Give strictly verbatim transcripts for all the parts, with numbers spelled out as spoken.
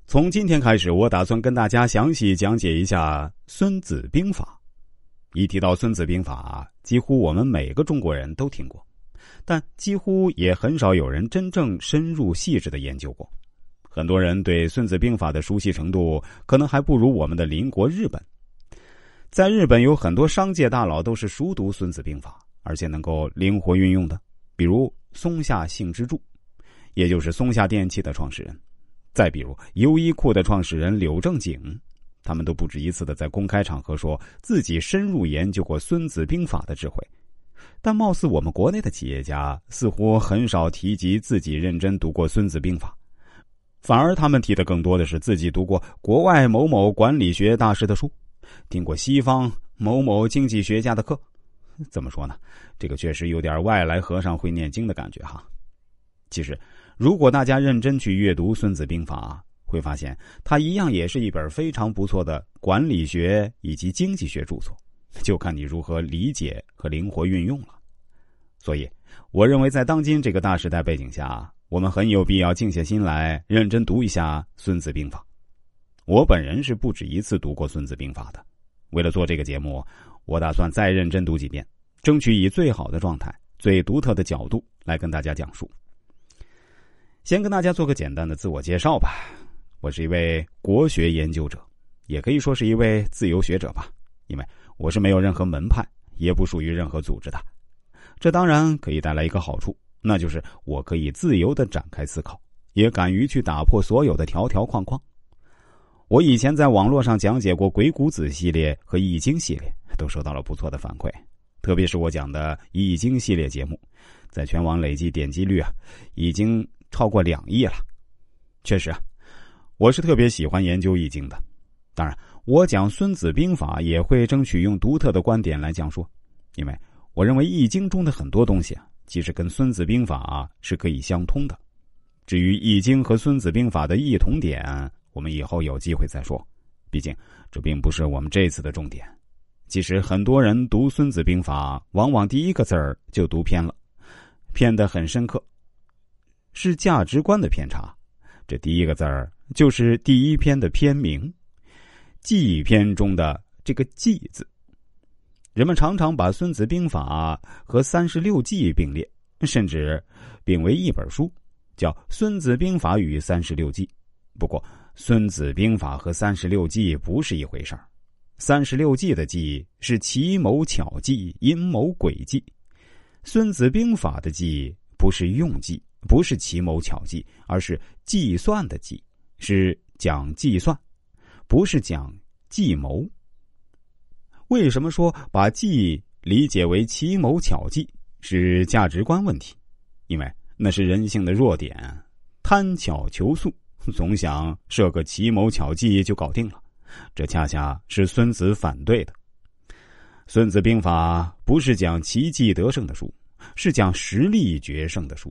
从今天开始，我打算跟大家详细讲解一下《孙子兵法》。一提到《孙子兵法》，几乎我们每个中国人都听过，但几乎也很少有人真正深入细致的研究过。很多人对《孙子兵法》的熟悉程度，可能还不如我们的邻国日本。在日本有很多商界大佬都是熟读《孙子兵法》，而且能够灵活运用的，比如松下幸之助，也就是松下电器的创始人。再比如优衣库的创始人柳正景，他们都不止一次的在公开场合说自己深入研究过《孙子兵法》的智慧。但貌似我们国内的企业家似乎很少提及自己认真读过《孙子兵法》，反而他们提的更多的是自己读过国外某某管理学大师的书，听过西方某某经济学家的课。怎么说呢？这个确实有点外来和尚会念经的感觉哈。其实如果大家认真去阅读《孙子兵法》，会发现它一样也是一本非常不错的管理学以及经济学著作，就看你如何理解和灵活运用了。所以我认为在当今这个大时代背景下，我们很有必要静下心来认真读一下《孙子兵法》。我本人是不止一次读过《孙子兵法》的，为了做这个节目，我打算再认真读几遍，争取以最好的状态、最独特的角度来跟大家讲述。先跟大家做个简单的自我介绍吧。我是一位国学研究者，也可以说是一位自由学者吧，因为我是没有任何门派，也不属于任何组织的。这当然可以带来一个好处，那就是我可以自由地展开思考，也敢于去打破所有的条条框框。我以前在网络上讲解过鬼谷子系列和易经系列，都收到了不错的反馈，特别是我讲的易经系列节目，在全网累计点击率啊，已经超过两亿了。确实啊，我是特别喜欢研究易经的。当然，我讲《孙子兵法》也会争取用独特的观点来讲述，因为我认为易经中的很多东西啊，其实跟《孙子兵法》啊是可以相通的。至于易经和《孙子兵法》的异同点，我们以后有机会再说，毕竟这并不是我们这次的重点。其实很多人读《孙子兵法》，往往第一个字儿就读偏了，偏得很深刻，是价值观的偏差。这第一个字儿就是第一篇的篇名，纪篇中的这个纪字。人们常常把《孙子兵法》和三十六计并列，甚至并为一本书，叫《孙子兵法与三十六计》。不过《孙子兵法》和三十六计不是一回事儿。三十六计的计是奇谋巧计、阴谋诡计，孙子兵法的计不是用计，不是奇谋巧计，而是计算的计，是讲计算，不是讲计谋。为什么说把计理解为奇谋巧计是价值观问题？因为那是人性的弱点，贪巧求速，总想设个奇谋巧计就搞定了，这恰恰是孙子反对的。孙子兵法不是讲奇计得胜的书，是讲实力决胜的书。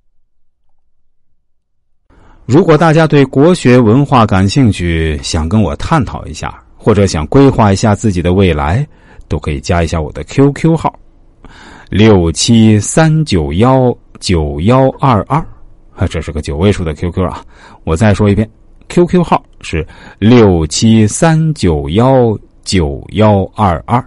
如果大家对国学文化感兴趣，想跟我探讨一下，或者想规划一下自己的未来，都可以加一下我的 Q Q 号六七三九一九一二二，这是个九位数的 Q Q 啊。我再说一遍， Q Q 号是六七三九一九一二二。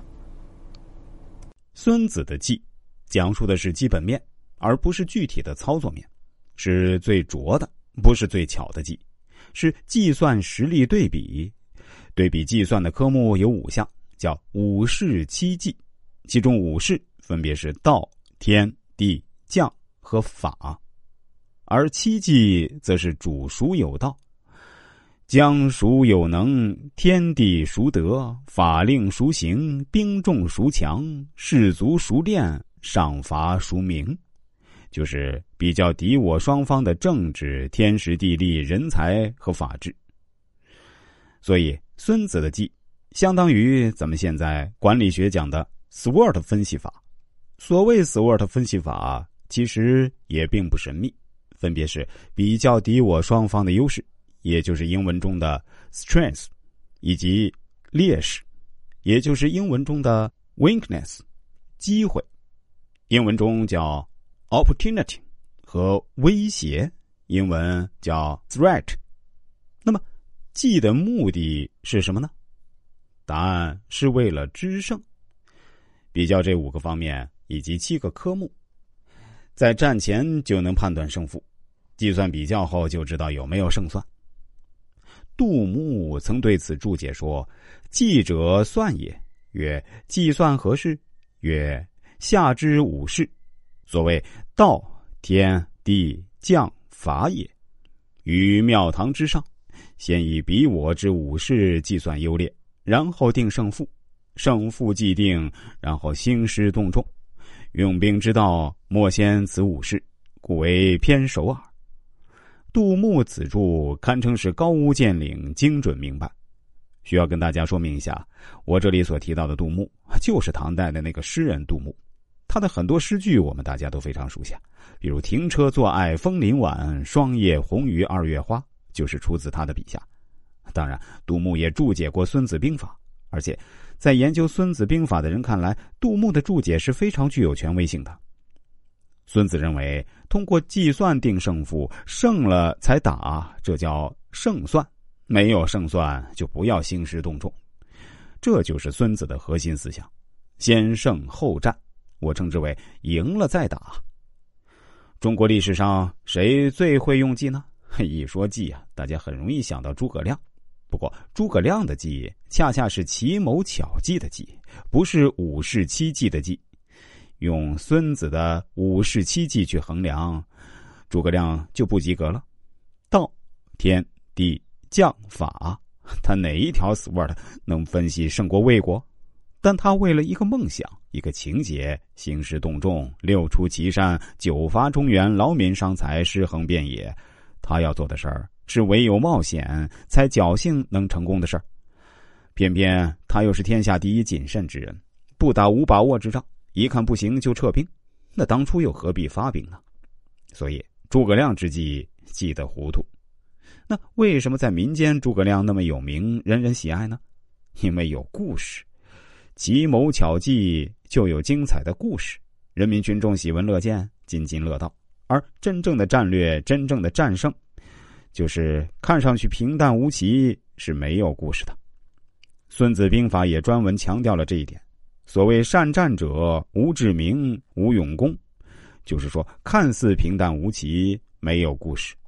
孙子的计讲述的是基本面，而不是具体的操作面，是最拙的，不是最巧的计，是计算实力对比。对比计算的科目有五项，叫五事七计，其中五事分别是道、天、地、将和法，而七计则是主孰有道，将孰有能，天地孰得，法令孰行，兵众孰强，士卒孰练，赏罚孰明，就是比较敌我双方的政治、天时地利、人才和法治。所以孙子的计相当于咱们现在管理学讲的 S W O T 分析法。所谓 S W O T 分析法其实也并不神秘，分别是比较敌我双方的优势，也就是英文中的 strength， 以及劣势，也就是英文中的 weakness， 机会，英文中叫 opportunity， 和威胁，英文叫 threat。那么计的目的是什么呢？答案是为了制胜。比较这五个方面以及七个科目，在战前就能判断胜负，计算比较后就知道有没有胜算。杜牧曾对此注解说：计者算也，曰计算何事？曰下之五事，所谓道、天、地、将、法也。于庙堂之上，先以彼我之五事计算优劣，然后定胜负。胜负既定，然后兴师动众。用兵之道，莫先此五事，故为偏首耳。杜牧此注堪称是高屋建瓴，精准明白。需要跟大家说明一下，我这里所提到的杜牧就是唐代的那个诗人杜牧，他的很多诗句我们大家都非常熟悉，比如停车坐爱枫林晚，霜叶红于二月花，就是出自他的笔下。当然杜牧也注解过孙子兵法，而且在研究孙子兵法的人看来，杜牧的注解是非常具有权威性的。孙子认为通过计算定胜负，胜了才打，这叫胜算，没有胜算就不要兴师动众。这就是孙子的核心思想，先胜后战，我称之为赢了再打。中国历史上谁最会用计呢？一说计啊，大家很容易想到诸葛亮。不过诸葛亮的计恰恰是奇谋巧计的计，不是五事七计的计。用孙子的五事七计去衡量，诸葛亮就不及格了。道、天、地、将、法，他哪一条 SWOT 能分析胜过魏国？但他为了一个梦想，一个情节，兴师动众，六出祁山，九伐中原，劳民伤财，尸横遍野。他要做的事儿是唯有冒险才侥幸能成功的事儿。偏偏他又是天下第一谨慎之人，不打无把握之仗，一看不行就撤兵，那当初又何必发兵呢？所以诸葛亮之计计得糊涂。那为什么在民间诸葛亮那么有名，人人喜爱呢？因为有故事。奇谋巧计就有精彩的故事，人民群众喜闻乐见，津津乐道。而真正的战略，真正的战胜，就是看上去平淡无奇，是没有故事的。孙子兵法也专门强调了这一点。所谓善战者，无智明，无勇功，就是说看似平淡无奇，没有故事。